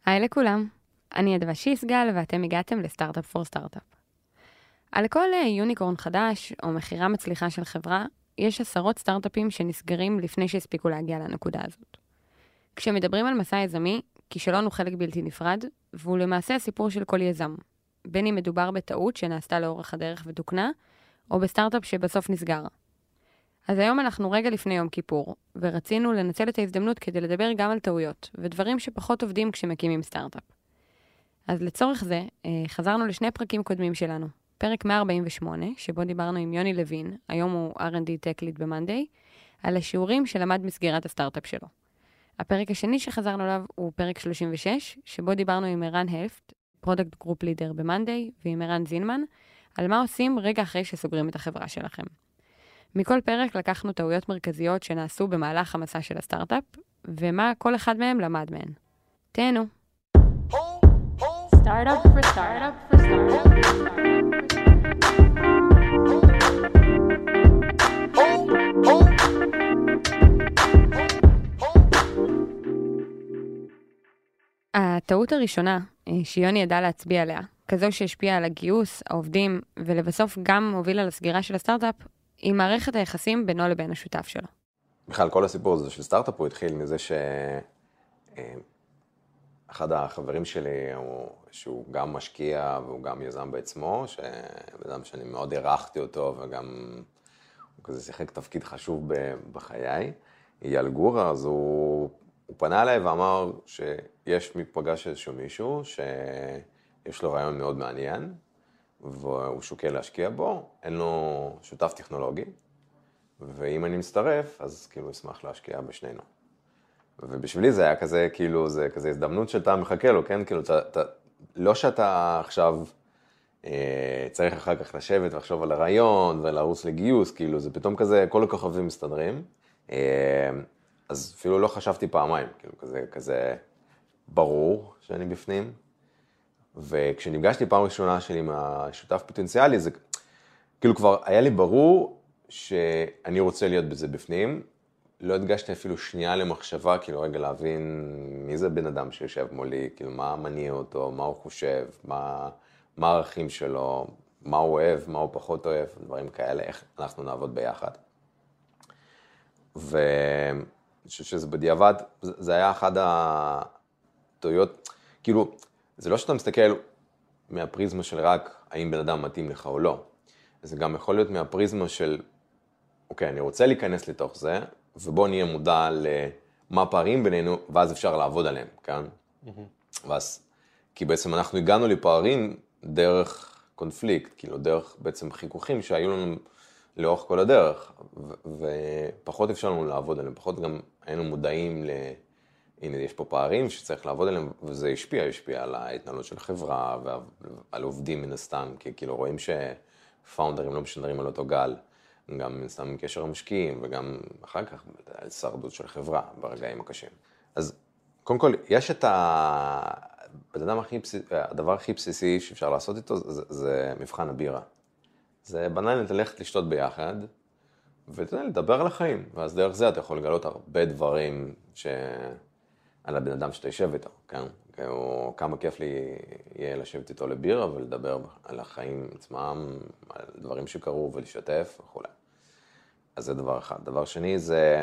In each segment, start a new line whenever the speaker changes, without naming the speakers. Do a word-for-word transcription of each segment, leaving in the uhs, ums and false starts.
היי לכולם, אני אדווה שיסגל ואתם הגעתם לסטארט-אפ פור סטארט-אפ. על כל יוניקורן חדש או מחירה מצליחה של חברה, יש עשרות סטארט-אפים שנסגרים לפני שהספיקו להגיע לנקודה הזאת. כשמדברים על מסע יזמי, כישלון הוא חלק בלתי נפרד, והוא למעשה הסיפור של כל יזם. בין אם מדובר בטעות שנעשתה לאורך הדרך ותוקנה, או בסטארט-אפ שבסוף נסגר. אז היום אנחנו רגע לפני יום כיפור, ורצינו לנצל את ההזדמנות כדי לדבר גם על טעויות, ודברים שפחות עובדים כשמקימים סטארט-אפ. אז לצורך זה, חזרנו לשני פרקים קודמים שלנו. פרק מאה ארבעים ושמונה, שבו דיברנו עם יוני לוין, היום הוא אר אנד די Tech Lead במאנדיי, על השיעורים שלמד מסגירת הסטארט-אפ שלו. הפרק השני שחזרנו אליו הוא פרק שלושים ושש, שבו דיברנו עם ערן הלפט, פרודקט גרופ לידר במאנדיי, ועם ערן זינמן, על מה עושים רגע אחרי שסוגרים את החברה שלכם. מכל פרק לקחנו טעויות מרכזיות שנעשו במהלך המסע של הסטארט-אפ, ומה כל אחד מהם למד מהן. תהנו.
Startup for startup for startup.
הטעות הראשונה שיוני ידע להצביע עליה, כזו שהשפיעה על הגיוס, העובדים, ולבסוף גם הובילה לסגירה של הסטארט-אפ, היא מערכת היחסים בינו לבין השותף שלו.
בכלל, כל הסיפור הזה של סטארט-אפ הוא התחיל מזה שאחד החברים שלי, הוא, שהוא גם משקיע והוא גם יזם בעצמו, שבאדם שאני מאוד הערכתי אותו וגם הוא כזה שיחק תפקיד חשוב בחיי, אייל גורה, אז הוא, הוא פנה אליי ואמר שיש פגש איזשהו מישהו שיש לו רעיון מאוד מעניין, והוא שוקל להשקיע בו, אין לו שותף טכנולוגי, ואם אני מצטרף, אז כאילו אשמח להשקיע בשנינו. ובשבילי זה היה כזה, כאילו, זה כזה הזדמנות שאתה מחכה לו, כן? כאילו, אתה, אתה, לא שאתה עכשיו אה, צריך אחר כך לשבת ולחשוב על הרעיון ולרוץ לגיוס, כאילו, זה פתאום כזה, כל הכוכבים מסתדרים. אה, אז אפילו לא חשבתי פעמיים, כאילו, כזה, כזה ברור שאני בפנים. וכשנפגשתי פעם ראשונה שלי עם השותף פוטנציאלי, זה כאילו כבר היה לי ברור שאני רוצה להיות בזה בפנים. לא הדגשתי אפילו שנייה למחשבה, כאילו רגע להבין מי זה בן אדם שיושב מולי, כאילו מה מניע אותו, מה הוא חושב, מה, מה הערכים שלו, מה הוא אוהב, מה הוא פחות אוהב, דברים כאלה, איך אנחנו נעבוד ביחד. ואני חושב שזה בדיעבד, זה היה אחד הטעויות, כאילו, זה לא שאתה מסתכל מהפריזמה של רק האם בן אדם מתאים לך או לא. זה גם יכול להיות מהפריזמה של, אוקיי, אני רוצה להיכנס לתוך זה, ובוא נהיה מודע למה הפערים בינינו, ואז אפשר לעבוד עליהם, כן? Mm-hmm. ואז, כי בעצם אנחנו הגענו לפערים דרך קונפליקט, כאילו דרך בעצם חיכוכים שהיו לנו לאורך כל הדרך, ו- ופחות אפשר לנו לעבוד עליהם, פחות גם היינו מודעים ל... הנה, יש פה פערים שצריך לעבוד עליהם, וזה השפיע, השפיע על ההתנהלות של החברה, ועל עובדים מן הסתם, כי כאילו רואים שפאונדרים לא משדרים על אותו גל, גם מן הסתם מקשר המשקיעים, וגם אחר כך על שרדות של חברה ברגעים הקשים. אז קודם כל, יש את ה... בדדם הכי בסיסי, הדבר הכי בסיסי שאפשר לעשות איתו, זה, זה מבחן הבירה. זה בנאלי ללכת לשתות ביחד, ואתה יודע, לדבר על החיים, ואז דרך זה אתה יכול לגלות הרבה דברים ש... על הבן אדם שאתה יושב איתו, כן? או כמה כיף לי יהיה לשבת איתו לבירה ולדבר על החיים עצמם, על דברים שקרו ולשתף וכו'. אז זה דבר אחד. דבר שני זה,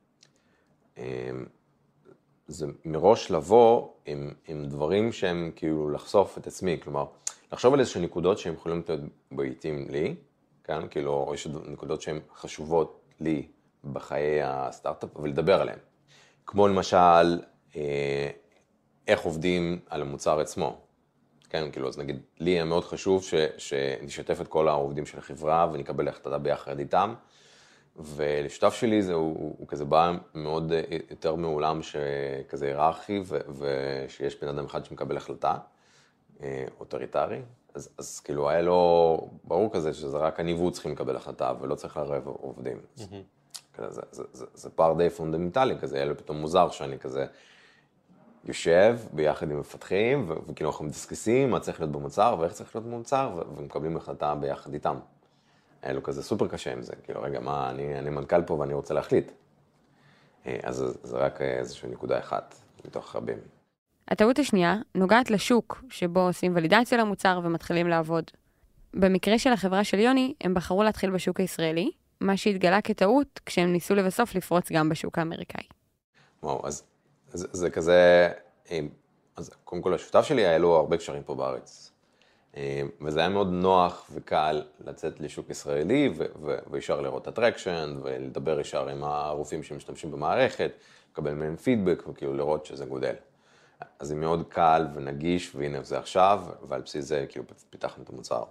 זה מראש לבוא עם, עם דברים שהם כאילו לחשוף את עצמי, כלומר, לחשוב על איזושהי נקודות שהם יכולים להיות בעיתים לי, כן? כאילו, או יש נקודות שהן חשובות לי בחיי הסטארט-אפ, ולדבר עליהן. כמו למשל, איך עובדים על המוצר עצמו. כן, כאילו, אז נגיד, לי היה מאוד חשוב ש, שנשתף את כל העובדים של החברה ונקבל החלטה ביחד איתם, ולשותף שלי זה, הוא, הוא כזה בא מאוד יותר מעולם שכזה היררכי, ו, ושיש בן אדם אחד שמקבל החלטה, אוטוריטרי, אז, אז כאילו היה לו ברור כזה שזה רק אני והוא צריכים לקבל החלטה, ולא צריך לערב עובדים. Mm-hmm. כזה, זה, זה, זה, זה פער די פונדמנטלי, כזה, היה לו פתאום מוזר שאני כזה יושב ביחד עם מפתחים, ו- וכאילו אנחנו מדסקסים מה צריך להיות במוצר, ואיך צריך להיות במוצר, ו- ומקבלים החלטה ביחד איתם. היה לו כזה סופר קשה עם זה, כאילו רגע, מה, אני, אני מנכ"ל פה ואני רוצה להחליט. אז זה, זה רק איזושהי נקודה אחת מתוך רבים.
הטעות השנייה נוגעת לשוק שבו עושים ולידציה למוצר ומתחילים לעבוד. במקרה של החברה של יוני, הם בחרו להתחיל בשוק הישראלי, מה שהתגלה כטעות כשהם ניסו לבסוף לפרוץ גם בשוק האמריקאי.
וואו, אז זה, זה כזה, אז קודם כל השותף שלי היה לו הרבה קשרים פה בארץ. וזה היה מאוד נוח וקל לצאת לשוק ישראלי ו- ו- וישר לראות הטרקשן ולדבר ישר עם הרופאים שמשתמשים במערכת, לקבל מהם פידבק וכאילו לראות שזה גודל. אז זה מאוד קל ונגיש, והנה זה עכשיו, ועל בסיס זה כאילו פיתחנו את המוצר.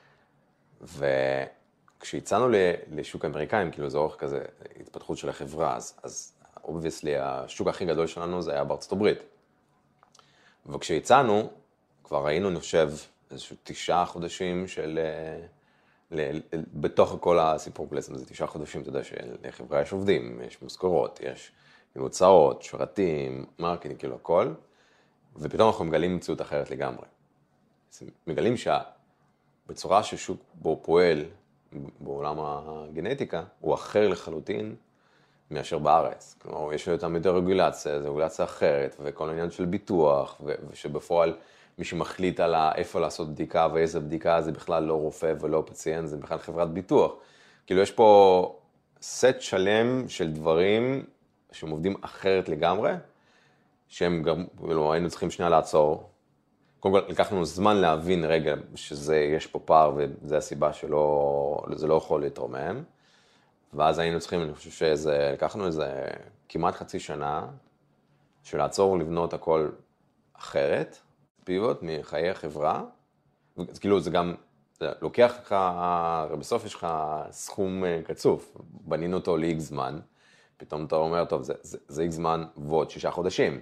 וכשהצענו לשוק האמריקאים, כאילו זה אורך כזה התפתחות של החברה, אז, אז obviously השוק הכי גדול שלנו זה היה בארצות הברית. וכשהצענו, כבר ראינו, אני חושב, איזשהו תשעה חודשים של, ל, ל, בתוך כל הסיפור בעצם, זה תשעה חודשים, אתה יודע, שלחברה יש עובדים, יש משכורות, יש הוצאות, שרתים, מרקטינג, כאילו הכל, ופתאום אנחנו מגלים מציאות אחרת לגמרי. מגלים שבצורה ששוק בו פועל בעולם הגנטיקה, הוא אחר לחלוטין מאשר בארץ. כלומר, יש לו יותר מדי רגולציה, זו רגולציה אחרת, וכל העניין של ביטוח, ושבפועל מי שמחליט על איפה לעשות בדיקה ואיזה בדיקה, זה בכלל לא רופא ולא פציינט, זה בכלל חברת ביטוח. כאילו, יש פה סט שלם של דברים שהם עובדים אחרת לגמרי, שהם גם, כאילו, היינו צריכים שנייה לעצור. קודם כל, לקחנו זמן להבין רגע שזה, יש פה פער, וזו הסיבה שלא, זה לא יכול להתרומם. ואז היינו צריכים, אני חושב שזה, לקחנו איזה כמעט חצי שנה, של לעצור ולבנות הכל אחרת, פיבוט מחיי החברה. כאילו, זה גם, זה לוקח לך, בסוף יש לך סכום קצוב, בנינו אותו ל-X זמן, פתאום אתה אומר, טוב, זה, זה, זה X זמן ועוד שישה חודשים.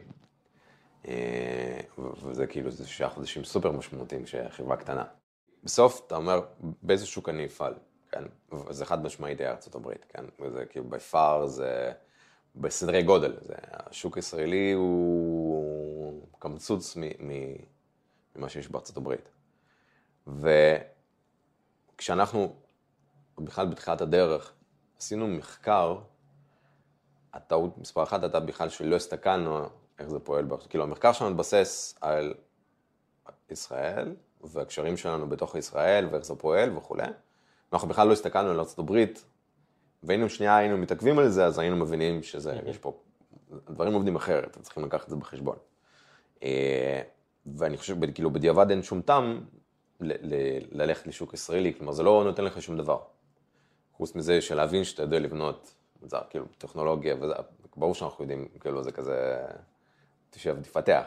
וזה כאילו, זה שישה חודשים סופר משמעותיים כשחברה קטנה. בסוף אתה אומר, באיזה שוק אני אפעל, כן? וזה חד משמעית היה ארצות הברית, כן? וזה כאילו, בפאר זה בסדרי גודל. זה, השוק הישראלי הוא קמצוץ מ, מ, ממה שיש בארצות הברית. וכשאנחנו, בכלל בתחילת הדרך, עשינו מחקר, הטעות מספר אחת הייתה בכלל שלא הסתכלנו איך זה פועל בארצות. כאילו, המחקר שלנו מתבסס על ישראל, והקשרים שלנו בתוך ישראל, ואיך זה פועל וכו'. אנחנו בכלל לא הסתכלנו על ארצות הברית, והיינו שנייה, היינו מתעכבים על זה, אז היינו מבינים שזה, יש פה, הדברים עובדים אחרת, צריכים לקחת את זה בחשבון. ואני חושב, כאילו, בדיעבד אין שום טעם ללכת לשוק ישראלי, כלומר, זה לא נותן לך שום דבר. חוץ מזה של להבין שאתה יודע לבנות, זה כאילו, טכנולוגיה, וזה, ברור שאנחנו יודעים, כאילו, זה כזה, תשב, תפתח.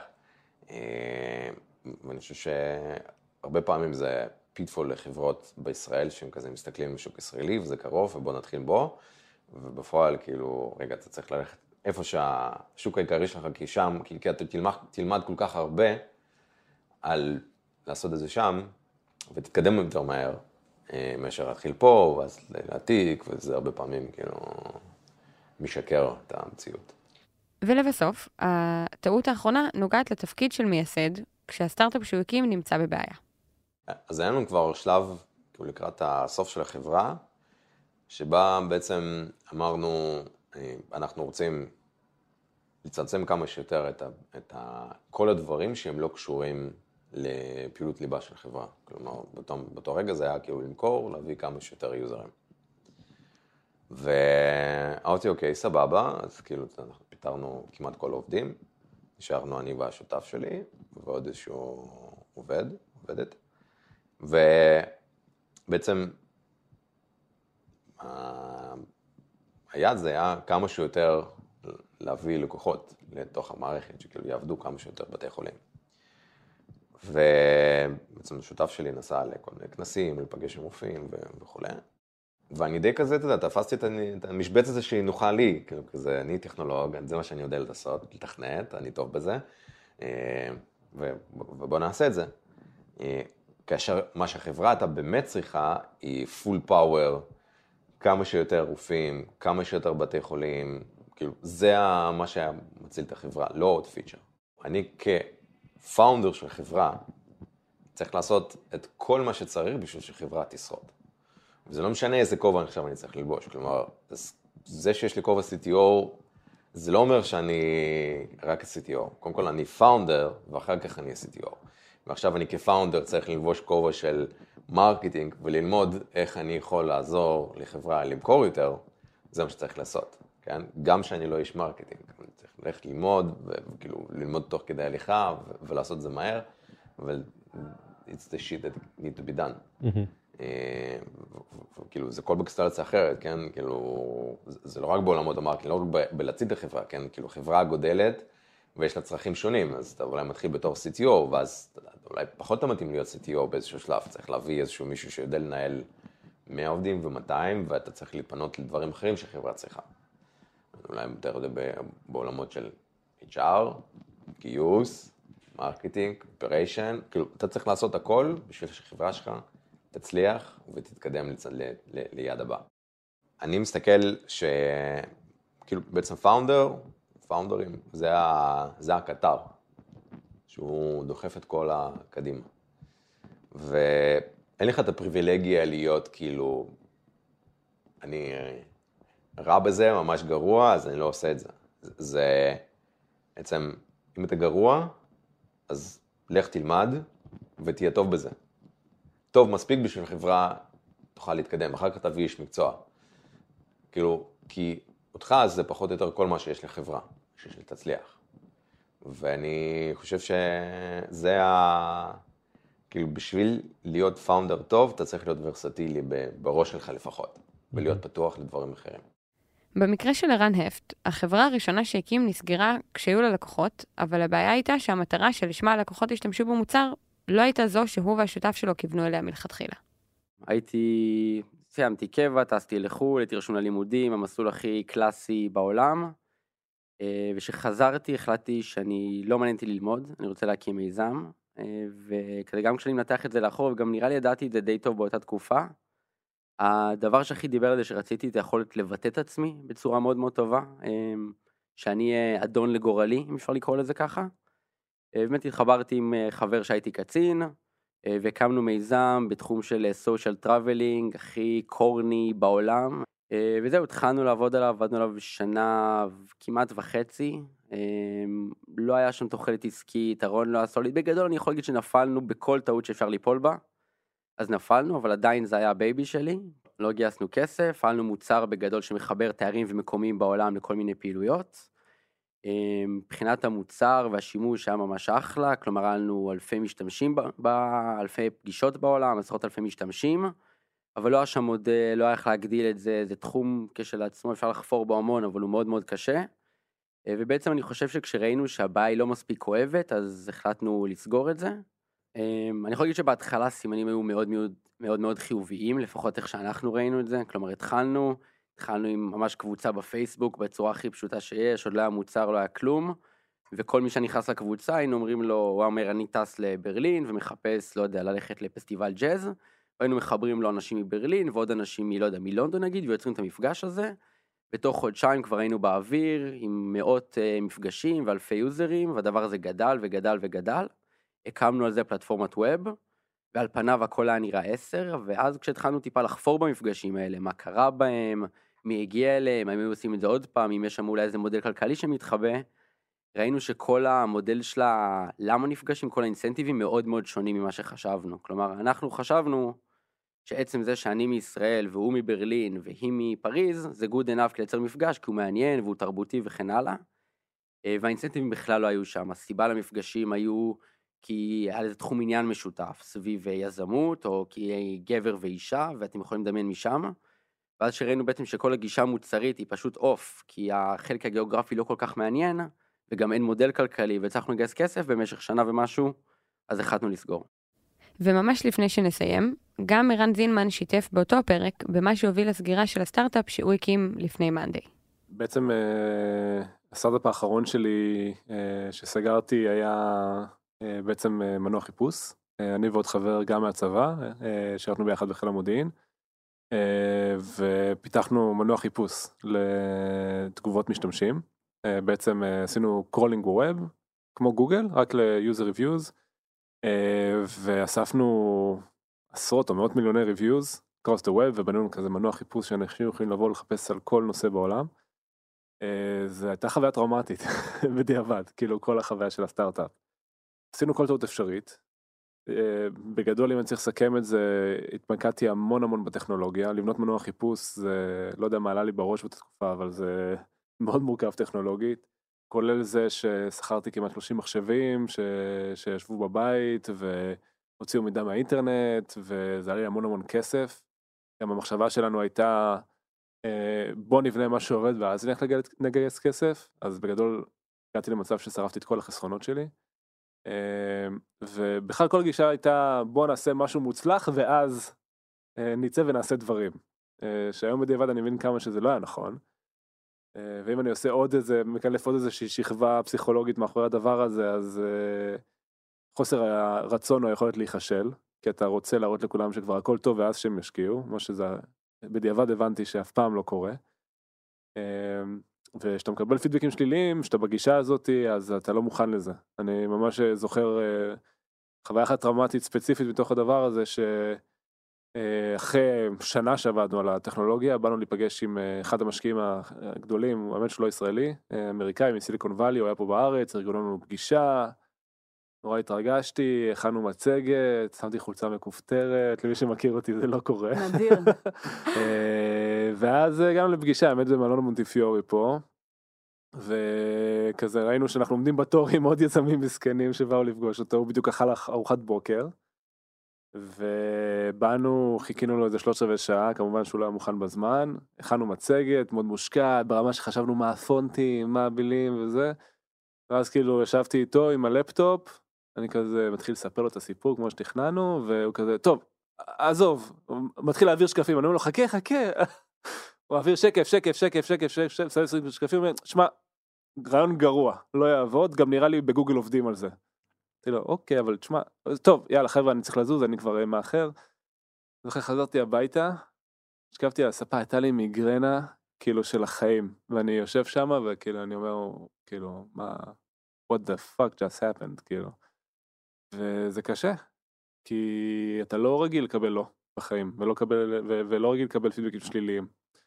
ואני חושב שהרבה פעמים זה פיטפול לחברות בישראל, שהם כזה מסתכלים בשוק ישראלי, וזה קרוב, ובוא נתחיל בו, ובפועל, כאילו, רגע, אתה צריך ללכת איפה שהשוק העיקרי שלך, כי שם, כי אתה תלמד, תלמד כל כך הרבה על לעשות את זה שם, ותתקדם יותר מהר, מאשר להתחיל פה, ואז להעתיק, וזה הרבה פעמים, כאילו, משקר את המציאות.
ולבסוף, הטעות האחרונה נוגעת לתפקיד של מייסד, כשהסטארט-אפ שהוא הקים נמצא בבעיה.
אז היה לנו כבר שלב, כאילו לקראת הסוף של החברה, שבה בעצם אמרנו, אנחנו רוצים לצמצם כמה שיותר את, ה, את ה, כל הדברים שהם לא קשורים לפעילות ליבה של חברה. כלומר, באותו, באותו רגע זה היה כאילו למכור, להביא כמה שיותר יוזרים. ואמרתי, אוקיי, סבבה, אז כאילו אנחנו פיתרנו כמעט כל העובדים, נשארנו אני והשותף שלי, ועוד איזשהו עובד, עובדת, ובעצם היעד זה היה כמה שיותר להביא לקוחות לתוך המערכת, שכאילו יעבדו כמה שיותר בתי חולים. ובעצם השותף שלי נסע לכל מיני כנסים, לפגש עם רופאים וכו'. ואני די כזה, אתה יודע, תפסתי את המשבץ הזה שהיא נוחה לי, כאילו כזה, אני טכנולוג, זה מה שאני יודע לעשות, לתכנת, אני טוב בזה, ובוא נעשה את זה. כאשר מה שהחברה אתה באמת צריכה, היא full power, כמה שיותר רופאים, כמה שיותר בתי חולים, כאילו, זה מה שהיה מציל את החברה, לא עוד פיצ'ר. אני כפאונדר של חברה, צריך לעשות את כל מה שצריך בשביל שחברה תשרוד. וזה לא משנה איזה כובע עכשיו אני צריך ללבוש, כלומר, זה שיש לי כובע סי טי או, זה לא אומר שאני רק ה-סי טי או. קודם כל אני פאונדר, ואחר כך אני ה-סי טי או. ועכשיו אני כפאונדר צריך ללבוש כובע של מרקטינג, וללמוד איך אני יכול לעזור לחברה למכור יותר, זה מה שצריך לעשות, כן? גם שאני לא איש מרקטינג, אני צריך ללכת ללמוד, וכאילו ללמוד תוך כדי הליכה, ולעשות את זה מהר, אבל it's the shit that need to be done. כאילו, זה כל בקסטלציה אחרת, כן? כאילו, זה לא רק בעולמות המרקטינג, לא רק בלהציג את החברה, כן? כאילו, חברה גודלת, ויש לה צרכים שונים, אז אתה אולי מתחיל בתור סי טי או, ואז אולי פחות אתה מתאים להיות סי טי או באיזשהו שלב, צריך להביא איזשהו מישהו שיודע לנהל מאה עובדים ו-מאתיים, ואתה צריך להתפנות לדברים אחרים שחברה צריכה. אולי יותר יודע בעולמות של אייץ' אר, גיוס, מרקטינג, אופריישן, כאילו, אתה צריך לעשות הכל בשביל שחברה שלך תצליח ותתקדם לצד, ל, ל, ליד הבא. אני מסתכל ש... כאילו, בעצם פאונדר, פאונדרים, זה, ה, זה הקטר, שהוא דוחף את כל הקדימה. ואין לך את הפריבילגיה להיות כאילו, אני רע בזה, ממש גרוע, אז אני לא עושה את זה. זה, בעצם, אם אתה גרוע, אז לך תלמד ותהיה טוב בזה. טוב מספיק בשביל חברה תוכל להתקדם, אחר כך תביא איש מקצוע. כאילו, כי אותך זה פחות או יותר כל מה שיש לחברה, בשביל שתצליח. ואני חושב שזה ה... כאילו, בשביל להיות פאונדר טוב, אתה צריך להיות ורסטילי בראש שלך לפחות, ולהיות פתוח לדברים אחרים.
במקרה של ערן הפט, החברה הראשונה שהקים נסגרה כשהיו לה לקוחות, אבל הבעיה הייתה שהמטרה שלשמה הלקוחות השתמשו במוצר, לא הייתה זו שהוא והשותף שלו כיוונו אליה מלכתחילה.
הייתי, סיימתי קבע, טסתי לחו"ל, הייתי רשום ללימודים, המסלול הכי קלאסי בעולם, ושחזרתי החלטתי שאני לא מעניין אותי ללמוד, אני רוצה להקים מיזם, וכדי גם כשאני מנתח את זה לאחור, וגם נראה לי ידעתי את זה די טוב באותה תקופה, הדבר שהכי דיבר על זה שרציתי את היכולת לבטא את עצמי בצורה מאוד מאוד טובה, שאני אדון לגורלי, אם אפשר לקרוא לזה ככה. באמת התחברתי עם חבר שהייתי קצין, והקמנו מיזם בתחום של סושיאל טראבלינג, הכי קורני בעולם, וזהו, התחלנו לעבוד עליו, עבדנו עליו שנה כמעט וחצי, לא היה שם תוחלת עסקית, הרון לא היה סוליד, בגדול אני יכול להגיד שנפלנו בכל טעות שאפשר ליפול בה, אז נפלנו, אבל עדיין זה היה הבייבי שלי, לא גייסנו כסף, פעלנו מוצר בגדול שמחבר תארים ומקומים בעולם לכל מיני פעילויות, מבחינת המוצר והשימוש היה ממש אחלה, כלומר היה לנו אלפי משתמשים, אלפי פגישות בעולם, עשרות אלפי משתמשים, אבל לא היה שם עוד, לא היה איך להגדיל את זה, זה תחום כשלעצמו, אפשר לחפור בו המון, אבל הוא מאוד מאוד קשה, ובעצם אני חושב שכשראינו שהבעיה היא לא מספיק כואבת, אז החלטנו לסגור את זה. אני יכול להגיד שבהתחלה הסימנים היו מאוד מאוד מאוד מאוד חיוביים, לפחות איך שאנחנו ראינו את זה, כלומר התחלנו, התחלנו עם ממש קבוצה בפייסבוק, בצורה הכי פשוטה שיש, עוד לא היה מוצר, לא היה כלום, וכל מי שנכנס לקבוצה, היינו אומרים לו, הוא אומר, אני טס לברלין, ומחפש, לא יודע, ללכת לפסטיבל ג'אז, והיינו מחברים לו אנשים מברלין, ועוד אנשים מ, לא יודע, מלונדון נגיד, ויוצרים את המפגש הזה, בתוך חודשיים כבר היינו באוויר, עם מאות uh, מפגשים ואלפי יוזרים, והדבר הזה גדל וגדל וגדל, הקמנו על זה פלטפורמת ווב, ועל פניו הכל היה נראה עשר, ואז כשהתחלנו טיפה לחפור במפגשים האלה, מה קרה בהם, מי הגיע אליהם, האם היו עושים את זה עוד פעם, אם יש שם אולי איזה מודל כלכלי שמתחבא, ראינו שכל המודל שלה, למה נפגשים, כל האינסנטיבים מאוד מאוד שונים ממה שחשבנו. כלומר, אנחנו חשבנו שעצם זה שאני מישראל והוא מברלין והיא מפריז, זה good enough כלייצר מפגש, כי הוא מעניין והוא תרבותי וכן הלאה. והאינסנטיבים בכלל לא היו שם. הסיבה למפגשים היו כי היה לזה תחום עניין משותף, סביב יזמות, או כי גבר ואישה, ואתם יכולים לדמיין משם. ואז שראינו בעצם שכל הגישה המוצרית היא פשוט אוף, כי החלק הגיאוגרפי לא כל כך מעניין, וגם אין מודל כלכלי, וצריכנו לגייס כסף במשך שנה ומשהו, אז החלטנו לסגור.
וממש לפני שנסיים, גם ערן זינמן שיתף באותו פרק, במה שהוביל לסגירה של הסטארט-אפ שהוא הקים לפני מאנדיי.
בעצם הסטארט-אפ האחרון שלי שסגרתי היה בעצם מנוע חיפוש. אני ועוד חבר גם מהצבא, שרתנו ביחד בחיל המודיעין, ופיתחנו מנוע חיפוש לתגובות משתמשים. בעצם עשינו קרולינג בווב, כמו גוגל, רק ל-user reviews, ואספנו עשרות או מאות מיליוני reviews across the web, ובנינו כזה מנוע חיפוש שאנשים יכולים לבוא לחפש על כל נושא בעולם. זו הייתה חוויה טראומטית בדיעבד, כאילו כל החוויה של הסטארט-אפ. עשינו כל טעות אפשרית. בגדול, אם אני צריך לסכם את זה, התמקדתי המון המון בטכנולוגיה. לבנות מנוע חיפוש, זה לא יודע מה עלה לי בראש בתקופה, אבל זה מאוד מורכב טכנולוגית. כולל זה ששכרתי כמעט שלושים מחשבים ש... שישבו בבית והוציאו מידע מהאינטרנט, וזה היה לי המון המון כסף. גם המחשבה שלנו הייתה, בוא נבנה מה שעובד ואז נלך לגייס כסף. אז בגדול הגעתי למצב ששרפתי את כל החסכונות שלי. ובכלל כל הגישה הייתה, בוא נעשה משהו מוצלח ואז ניצא ונעשה דברים. שהיום בדיעבד אני מבין כמה שזה לא היה נכון. ואם אני עושה עוד איזה, מקלף עוד איזושהי שכבה פסיכולוגית מאחורי הדבר הזה, אז חוסר הרצון או היכולת להיחשל, כי אתה רוצה להראות לכולם שכבר הכל טוב ואז שהם ישקיעו, מה שזה בדיעבד הבנתי שאף פעם לא קורה. ושאתה מקבל פידבקים שליליים, שאתה בגישה הזאת, אז אתה לא מוכן לזה. אני ממש זוכר חוויה אחת טראומטית ספציפית בתוך הדבר הזה, שאחרי שנה שעבדנו על הטכנולוגיה, באנו להיפגש עם אחד המשקיעים הגדולים, האמת שלא ישראלי, אמריקאי מסיליקון ואלי, הוא היה פה בארץ, ארגנו לנו פגישה, נורא התרגשתי, הכנו מצגת, שמתי חולצה מכופתרת, למי שמכיר אותי זה לא קורה.
נדיר.
ואז גם לפגישה, האמת במלון מונטיפיורי פה, וכזה ראינו שאנחנו עומדים בתור עם עוד יזמים מסכנים שבאו לפגוש אותו, הוא בדיוק אכל ארוחת בוקר, ובאנו, חיכינו לו איזה שלוש רבעי שעה, כמובן שהוא לא היה מוכן בזמן, הכנו מצגת, מאוד מושקעת, ברמה שחשבנו מה הפונטים, מה הבילים וזה, ואז כאילו ישבתי איתו עם הלפטופ, אני כזה מתחיל לספר לו את הסיפור כמו שתכננו, והוא כזה, טוב, עזוב, הוא מתחיל להעביר שקפים, אני אומר לו, חכה, חכה, הוא מעביר שקף, שקף, שקף, שקף, שקף, שקף, שקפים, הוא אומר, שמע, רעיון גרוע, לא יעבוד, גם נראה לי בגוגל עובדים על זה. אמרתי לו, אוקיי, אבל תשמע, טוב, יאללה, חבר'ה, אני צריך לזוז, אני כבר מאחר. ואחרי חזרתי הביתה, שקפתי על הספה, הייתה לי מיגרנה, כאילו, של החיים, ואני יושב שם, וכאילו, אני אומר, כאילו, מה, what the fuck just happened, כאילו. וזה קשה, כי אתה לא רגיל לקבל לא בחיים, ולא, קבל, ו- ולא רגיל לקבל פידבקים שליליים.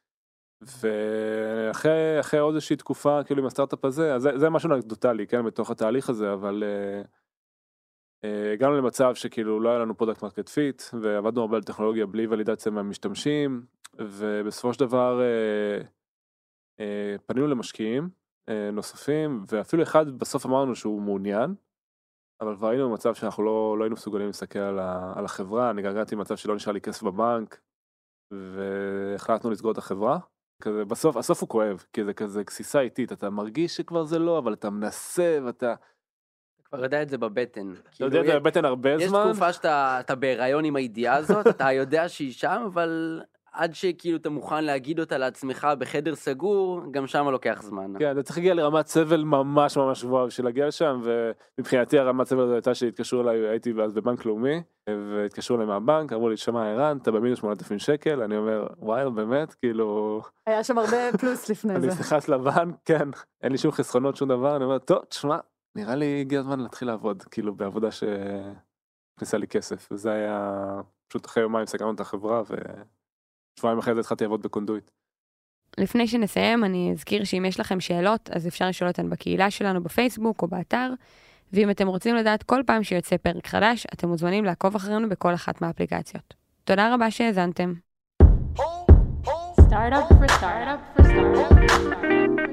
ואחרי אחרי עוד איזושהי תקופה, כאילו עם הסטארט-אפ הזה, אז זה, זה משהו אנקדוטלי, כן, בתוך התהליך הזה, אבל uh, uh, הגענו למצב שכאילו לא היה לנו פרודקט מרקט פיט, ועבדנו הרבה על טכנולוגיה בלי ולידציה מהמשתמשים, ובסופו של דבר uh, uh, פנינו למשקיעים uh, נוספים, ואפילו אחד בסוף אמרנו שהוא מעוניין, אבל כבר היינו במצב שאנחנו לא, לא היינו מסוגלים להסתכל על, ה, על החברה, אני גרגעתי במצב שלא נשאר לי כסף בבנק, והחלטנו לסגור את החברה. כזה, בסוף, הסוף הוא כואב, כי זה כזה כסיסה איטית, אתה מרגיש שכבר זה לא, אבל אתה מנסה, ואתה...
כבר יודע את זה בבטן.
אתה יודע את זה בבטן הרבה
יש
זמן?
יש תקופה שאתה אתה בהיריון עם הידיעה הזאת, אתה יודע שהיא שם, אבל עד שכאילו אתה מוכן להגיד אותה לעצמך בחדר סגור, גם שם לוקח זמן.
כן, אתה צריך להגיע לרמת סבל ממש ממש גבוהה בשביל להגיע לשם, ומבחינתי הרמת סבל הזו הייתה שהתקשרו אליי, הייתי אז בבנק לאומי, והתקשרו אליי מהבנק, אמרו לי, שמע ערן, אתה במינוס שמונת אלפים שקל, אני אומר, וואי, באמת, כאילו...
היה שם הרבה פלוס לפני זה.
אני נכנס לבנק, כן, אין לי שום חסכונות, שום דבר, אני אומר, טוב, תשמע, נראה לי הגיע הזמן להתחיל לעבוד, כאילו, בעבודה שכניסה לי כסף, וזה היה, פשוט אחרי יומיים סגרנו את החברה, ושבועיים אחרי זה התחלתי לעבוד בקונדויט.
לפני שנסיים, אני אזכיר שאם יש לכם שאלות, אז אפשר לשאול אותן בקהילה שלנו בפייסבוק או באתר, ואם אתם רוצים לדעת כל פעם שיוצא פרק חדש, אתם מוזמנים לעקוב אחרינו בכל אחת מהאפליקציות. תודה רבה שהאזנתם.
Startup for startup for startup.